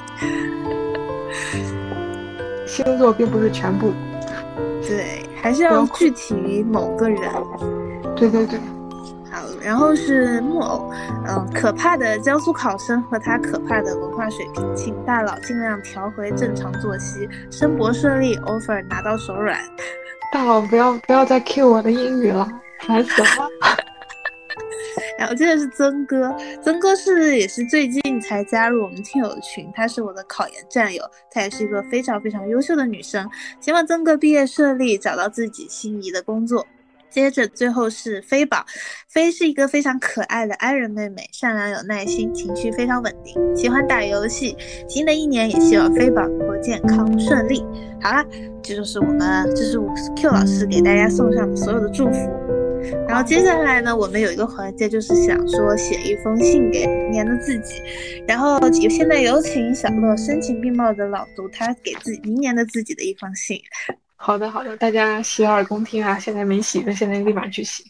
星座并不是全部， 对，还是要具体于某个人。 对对对。 好，然后是木偶，嗯，可怕的江苏考生和他可怕的文化水平，请大佬尽量调回正常作息，申博顺利 ，offer 拿到手软。 大佬不要不要再 cue 我的英语了，烦死了。 然后接着是曾哥，曾哥是也是最近才加入我们听友的群，她是我的考研战友，她也是一个非常非常优秀的女生，希望曾哥毕业顺利，找到自己心仪的工作。接着最后是飞宝，飞是一个非常可爱的 i 人妹妹，善良有耐心，情绪非常稳定，喜欢打游戏，新的一年也希望飞宝能够健康顺利。好啦，这就是我们这是 Q 老师给大家送上的所有的祝福。然后接下来呢，我们有一个环节，就是想说写一封信给明年的自己。然后现在有请小乐声情并茂的朗读他给自己明年的自己的一封信。 好的好的，大家洗耳恭听啊！现在没洗的，现在立马去洗。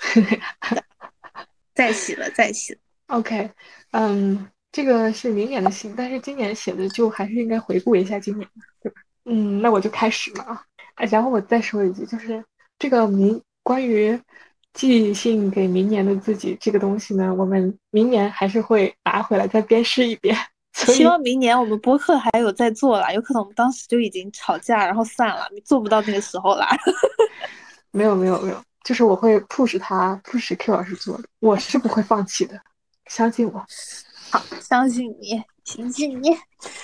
再洗了再洗了。 OK， 嗯，这个是明年的信，但是今年写的就还是应该回顾一下今年，对吧？嗯，那我就开始了啊。然后我再说一句，就是这个明关于寄信给明年的自己这个东西呢，我们明年还是会拿回来再鞭尸一遍， 所以希望明年我们播客还有在做啦，有可能我们当时就已经吵架然后散了，你做不到那个时候啦。 没有没有没有，就是我会 push 他，push Q 老师做的，我是不会放弃的，相信我。 好，相信你，相信你。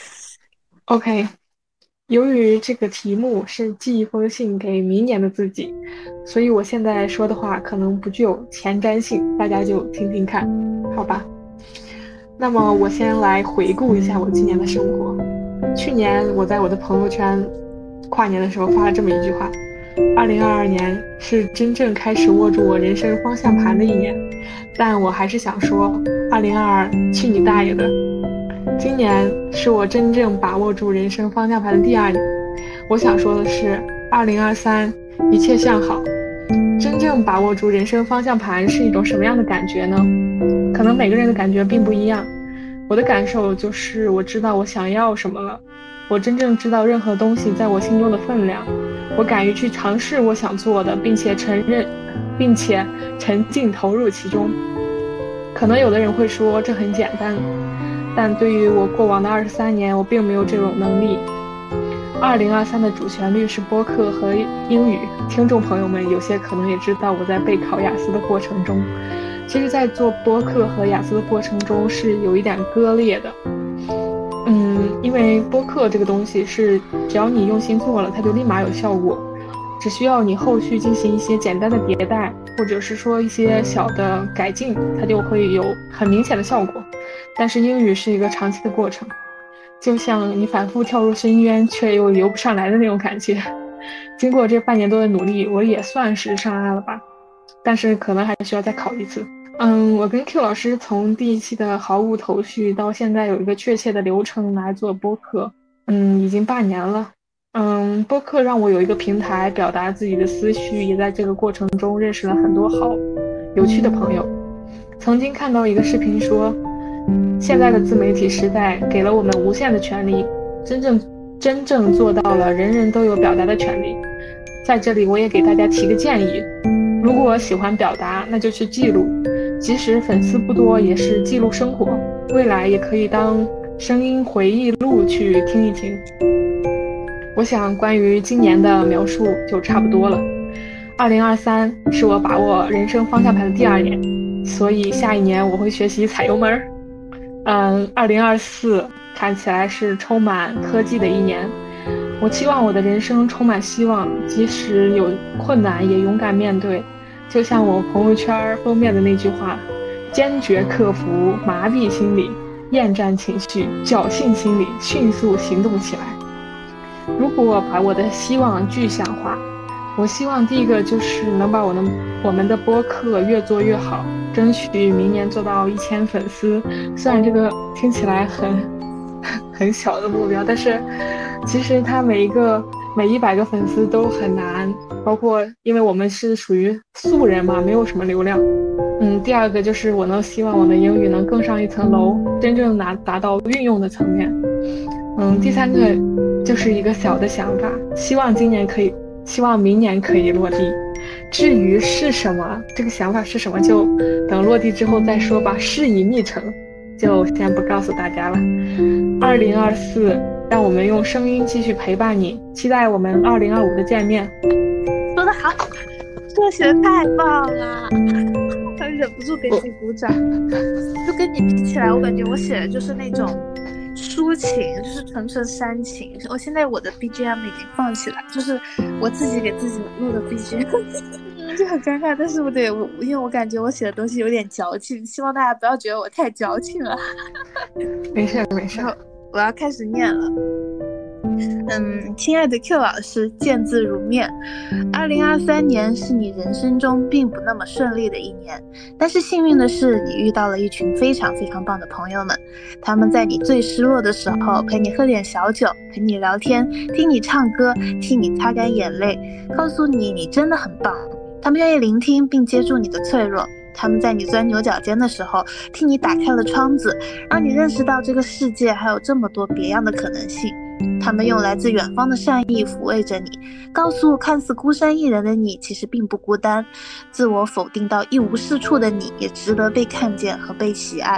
OK，由于这个题目是寄一封信给明年的自己，所以我现在说的话可能不具有前瞻性，大家就听听看，好吧？那么我先来回顾一下我今年的生活。去年我在我的朋友圈跨年的时候发了这么一句话：二零二二年是真正开始握住我人生方向盘的一年，但我还是想说，二零二二去你大爷的！今年是我真正把握住人生方向盘的第二年。我想说的是，二零二三一切向好。真正把握住人生方向盘是一种什么样的感觉呢？可能每个人的感觉并不一样。我的感受就是我知道我想要什么了，我真正知道任何东西在我心中的分量，我敢于去尝试我想做的，并且承认，并且沉浸投入其中。可能有的人会说这很简单，但对于我过往的二十三年，我并没有这种能力。二零二三的主旋律是播客和英语，听众朋友们有些可能也知道我在备考雅思的过程中，其实在做播客和雅思的过程中是有一点割裂的。嗯，因为播客这个东西是只要你用心做了，它就立马有效果，只需要你后续进行一些简单的迭代，或者是说一些小的改进，它就会有很明显的效果。但是英语是一个长期的过程，就像你反复跳入深渊却又游不上来的那种感觉。经过这半年多的努力，我也算是上岸了吧，但是可能还需要再考一次。嗯，我跟 Q 老师从第一期的毫无头绪到现在有一个确切的流程来做播客，嗯，已经半年了。嗯，播客让我有一个平台表达自己的思绪，也在这个过程中认识了很多好有趣的朋友。曾经看到一个视频说，现在的自媒体时代给了我们无限的权利，真正真正做到了人人都有表达的权利。在这里我也给大家提个建议，如果喜欢表达，那就去记录，即使粉丝不多，也是记录生活，未来也可以当声音回忆录去听一听。我想关于今年的描述就差不多了。二零二三是我把握人生方向盘的第二年，所以下一年我会学习踩油门。嗯，二零二四看起来是充满科技的一年。我期望我的人生充满希望，即使有困难也勇敢面对。就像我朋友圈封面的那句话，坚决克服麻痹心理，厌战情绪，侥幸心理，迅速行动起来。如果把我的希望具象化，我希望第一个就是能把我的我们的播客越做越好，争取明年做到一千粉丝。虽然这个听起来很很小的目标，但是其实它每一个每一百个粉丝都很难，包括因为我们是属于素人嘛，没有什么流量。嗯，第二个就是我能希望我的英语能更上一层楼，真正拿达到运用的层面。嗯，第三个就是一个小的想法，希望今年可以，希望明年可以落地。至于是什么，这个想法是什么，就等落地之后再说吧，事已密成，就先不告诉大家了。二零二四，让我们用声音继续陪伴你，期待我们二零二五的见面。 说得好，这写的太棒了，我忍不住给自己鼓掌。就跟你比起来，我感觉我写的就是那种抒情，就是纯纯煽情。我现在我的 B G M 已经放起来，就是我自己给自己录的 B G M， 就很尴尬。但是我得，我因为我感觉我写的东西有点矫情，希望大家不要觉得我太矫情了。 没事没事， 我要开始念了。嗯，亲爱的 Q 老师，见字如面。二零二三年是你人生中并不那么顺利的一年，但是幸运的是，你遇到了一群非常非常棒的朋友们。他们在你最失落的时候，陪你喝点小酒，陪你聊天，听你唱歌，替你擦干眼泪，告诉你你真的很棒。他们愿意聆听并接住你的脆弱。他们在你钻牛角尖的时候，替你打开了窗子，让你认识到这个世界还有这么多别样的可能性。他们用来自远方的善意抚慰着你，告诉看似孤身一人的你其实并不孤单，自我否定到一无是处的你也值得被看见和被喜爱。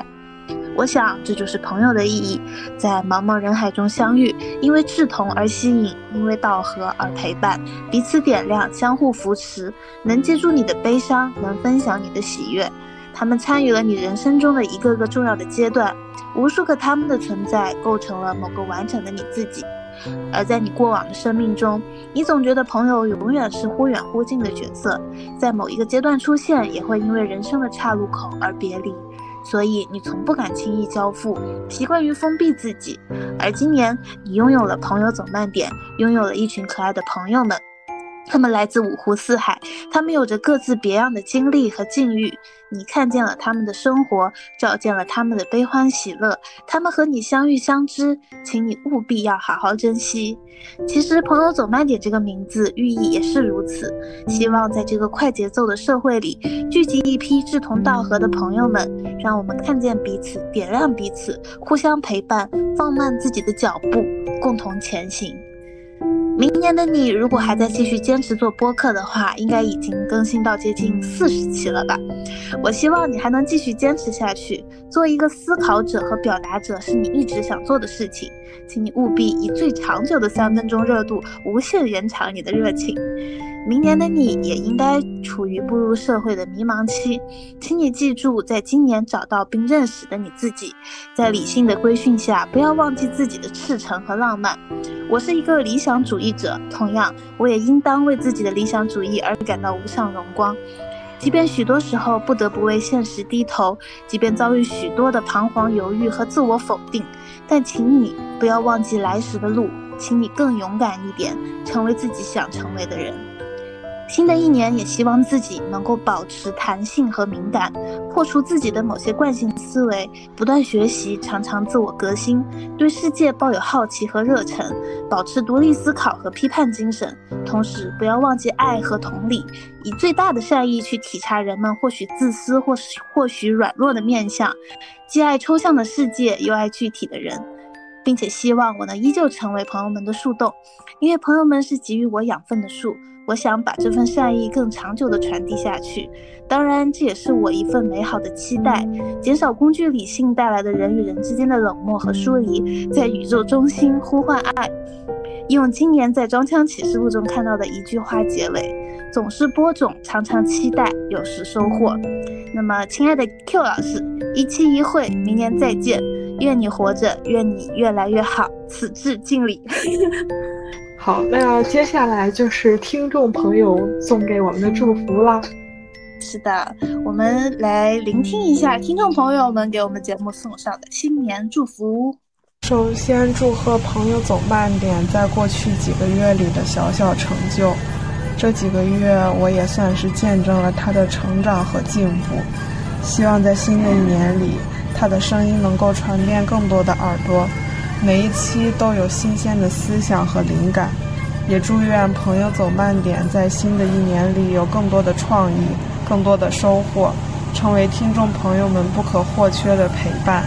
我想这就是朋友的意义，在茫茫人海中相遇，因为志同而吸引，因为道合而陪伴，彼此点亮，相互扶持，能接住你的悲伤，能分享你的喜悦。他们参与了你人生中的一个个重要的阶段，无数个他们的存在构成了某个完整的你自己。而在你过往的生命中，你总觉得朋友永远是忽远忽近的角色，在某一个阶段出现，也会因为人生的岔路口而别离，所以你从不敢轻易交付，习惯于封闭自己。而今年你拥有了朋友总慢点，拥有了一群可爱的朋友们，他们来自五湖四海，他们有着各自别样的经历和境遇，你看见了他们的生活，照见了他们的悲欢喜乐，他们和你相遇相知，请你务必要好好珍惜。其实朋友走慢点这个名字寓意也是如此，希望在这个快节奏的社会里，聚集一批志同道合的朋友们，让我们看见彼此，点亮彼此，互相陪伴，放慢自己的脚步，共同前行。明年的你如果还在继续坚持做播客的话，应该已经更新到接近四十期了吧。我希望你还能继续坚持下去，做一个思考者和表达者是你一直想做的事情，请你务必以最长久的三分钟热度无限延长你的热情。明年的你也应该处于步入社会的迷茫期，请你记住在今年找到并认识的你自己，在理性的规训下，不要忘记自己的赤诚和浪漫。我是一个理想主义者，同样我也应当为自己的理想主义而感到无上荣光。即便许多时候不得不为现实低头，即便遭遇许多的彷徨犹豫和自我否定，但请你不要忘记来时的路，请你更勇敢一点，成为自己想成为的人。新的一年也希望自己能够保持弹性和敏感，破除自己的某些惯性思维，不断学习，常常自我革新，对世界抱有好奇和热忱，保持独立思考和批判精神，同时不要忘记爱和同理，以最大的善意去体察人们或许自私或是或许软弱的面相，既爱抽象的世界又爱具体的人，并且希望我能依旧成为朋友们的树洞，因为朋友们是给予我养分的树，我想把这份善意更长久地传递下去。当然这也是我一份美好的期待，减少工具理性带来的人与人之间的冷漠和疏离，在宇宙中心呼唤爱。用今年在装腔启示录中看到的一句话结尾，总是播种，常常期待，有时收获。那么亲爱的 Q 老师，一期一会，明年再见，愿你活着，愿你越来越好，此致敬礼。 好，那接下来就是听众朋友送给我们的祝福啦。 是的，我们来聆听一下听众朋友们给我们节目送上的新年祝福。 首先祝贺朋友走慢点在过去几个月里的小小成就，这几个月我也算是见证了他的成长和进步，希望在新的一年里，他的声音能够传遍更多的耳朵，每一期都有新鲜的思想和灵感。也祝愿朋友走慢点在新的一年里有更多的创意，更多的收获，成为听众朋友们不可或缺的陪伴。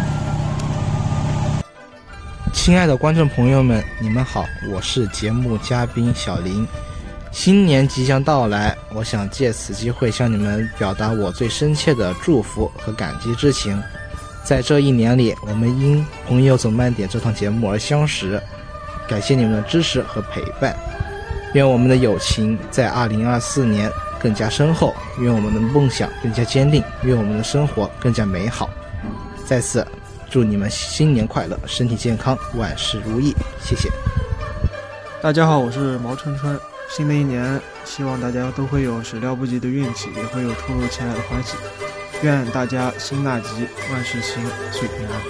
亲爱的观众朋友们，你们好，我是节目嘉宾小林。新年即将到来，我想借此机会向你们表达我最深切的祝福和感激之情。在这一年里，我们因朋友走慢点这档节目而相识，感谢你们的支持和陪伴。愿我们的友情在二零二四年更加深厚，愿我们的梦想更加坚定，愿我们的生活更加美好。再次祝你们新年快乐，身体健康，万事如意，谢谢。 大家好，我是毛春春。新的一年，希望大家都会有始料不及的运气，也会有突如其来的欢喜。愿大家心纳吉，万事兴，岁平安。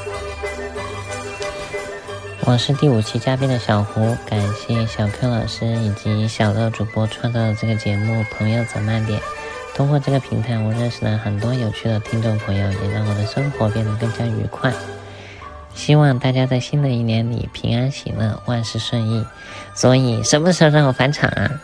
我是第五期嘉宾的小胡，感谢小 Q 老师以及小乐主播创造的这个节目《朋友走慢点》。通过这个平台，我认识了很多有趣的听众朋友，也让我的生活变得更加愉快。希望大家在新的一年里平安喜乐，万事顺意。所以什么时候让我返场啊？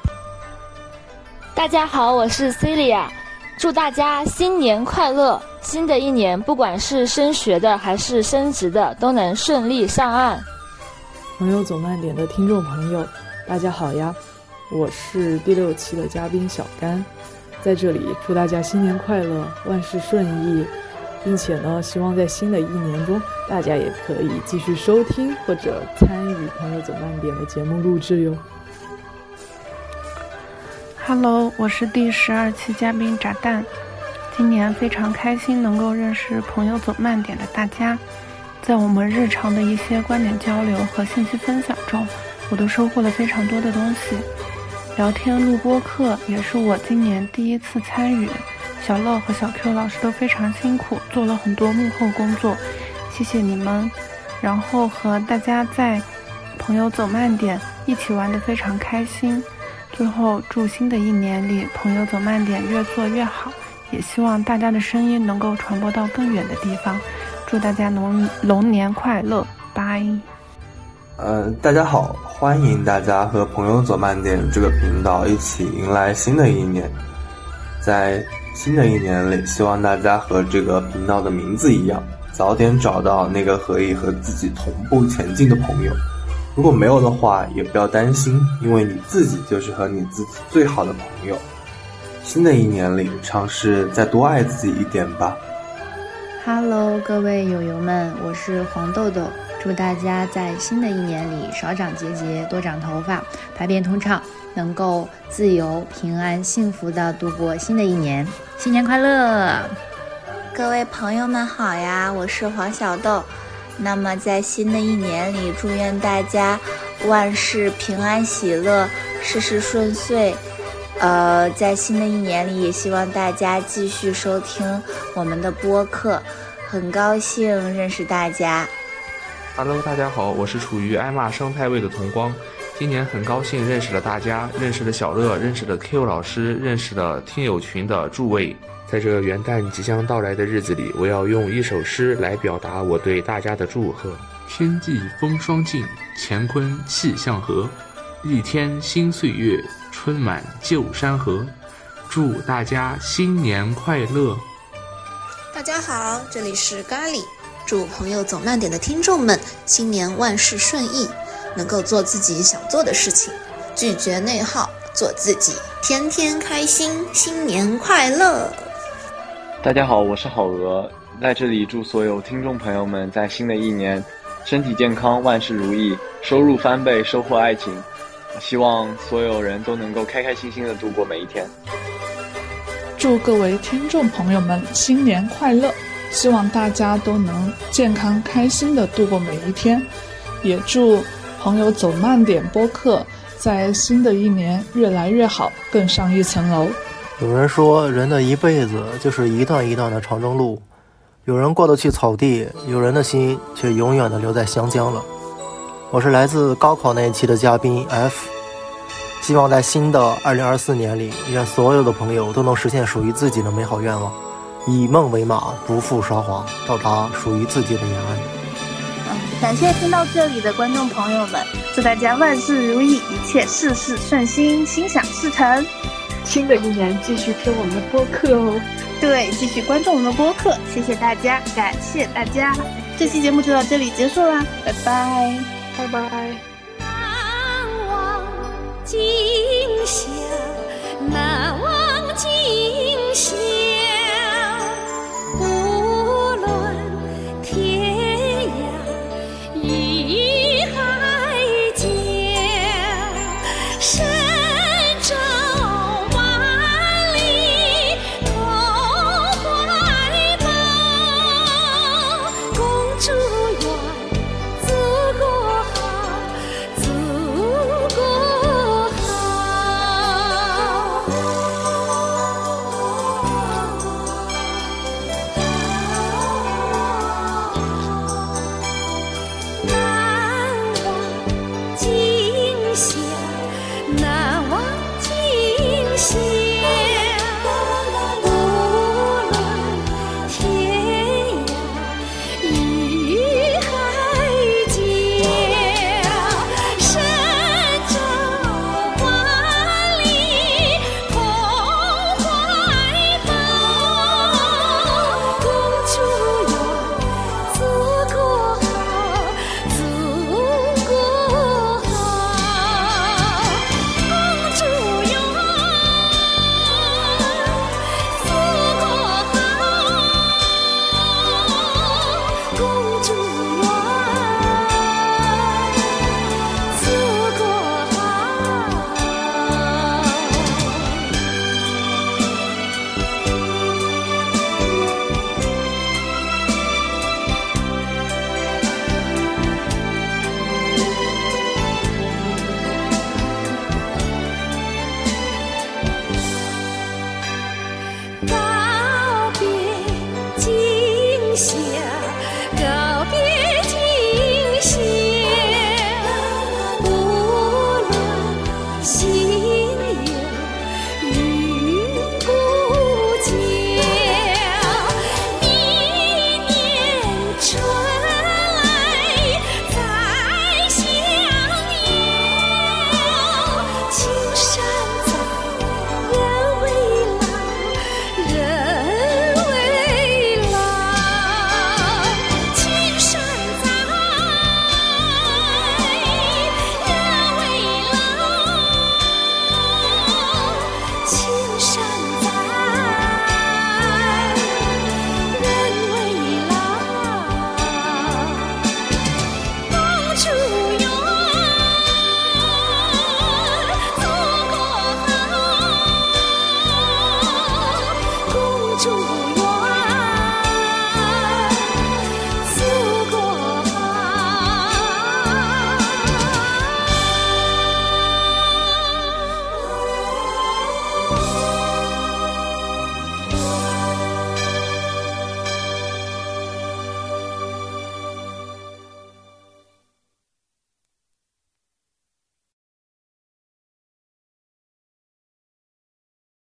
大家好，我是 Celia， 祝大家新年快乐！新的一年，不管是升学的还是升职的，都能顺利上岸。 朋友走慢点的听众朋友，大家好呀，我是第六期的嘉宾小甘，在这里祝大家新年快乐，万事顺意， 并且呢，希望在新的一年中，大家也可以继续收听或者参与朋友走慢点的节目录制哟。 Hello， 我是第十二期嘉宾炸弹。今年非常开心能够认识朋友走慢点的大家，在我们日常的一些观点交流和信息分享中，我都收获了非常多的东西。聊天录播课也是我今年第一次参与，小乐和小 Q 老师都非常辛苦，做了很多幕后工作，谢谢你们。然后和大家在朋友走慢点一起玩得非常开心。最后祝新的一年里朋友走慢点越做越好，也希望大家的声音能够传播到更远的地方。祝大家龙龙年快乐，拜。 呃，大家好，欢迎大家和朋友走慢点这个频道一起迎来新的一年。在新的一年里，希望大家和这个频道的名字一样，早点找到那个可以和自己同步前进的朋友。如果没有的话，也不要担心，因为你自己就是和你自己最好的朋友。新的一年里，尝试再多爱自己一点吧。 Hello， 各位友友们，我是黄豆豆，祝大家在新的一年里少长结节，多长头发，排便通畅，能够自由、平安、幸福地度过新的一年。新年快乐！ 各位朋友们好呀，我是黄小豆。那么在新的一年里，祝愿大家万事平安喜乐，事事顺遂。呃，在新的一年里，也希望大家继续收听我们的播客，很高兴认识大家。 Hello， 大家好，我是处于艾玛生态位的同光。今年很高兴认识了大家，认识了小乐，认识了 Q 老师，认识了听友群的诸位。在这元旦即将到来的日子里，我要用一首诗来表达我对大家的祝贺。天际风霜尽，乾坤气象和，一天新岁月，春满旧山河。祝大家新年快乐！ 大家好，这里是咖喱，祝朋友走慢点的听众们新年万事顺意，能够做自己想做的事情，拒绝内耗，做自己，天天开心，新年快乐！ 大家好，我是好鹅，在这里祝所有听众朋友们在新的一年身体健康，万事如意，收入翻倍，收获爱情。希望所有人都能够开开心心的度过每一天。 祝各位听众朋友们新年快乐，希望大家都能健康开心的度过每一天，也祝朋友走慢点播客在新的一年越来越好，更上一层楼。 有人说人的一辈子就是一段一段的长征路，有人过得去草地，有人的心却永远的留在湘江了。我是来自高考那一期的嘉宾 F， 希望在新的二零二四年里，愿所有的朋友都能实现属于自己的美好愿望，以梦为马，不负韶华，到达属于自己的延安。 嗯，感谢听到这里的观众朋友们，祝大家万事如意，一切事事顺心，心想事成。 新的一年继续听我们的播客哦， 对，继续关注我们的播客，谢谢大家，感谢大家，这期节目就到这里结束啦，拜拜， 拜拜。 难忘今宵难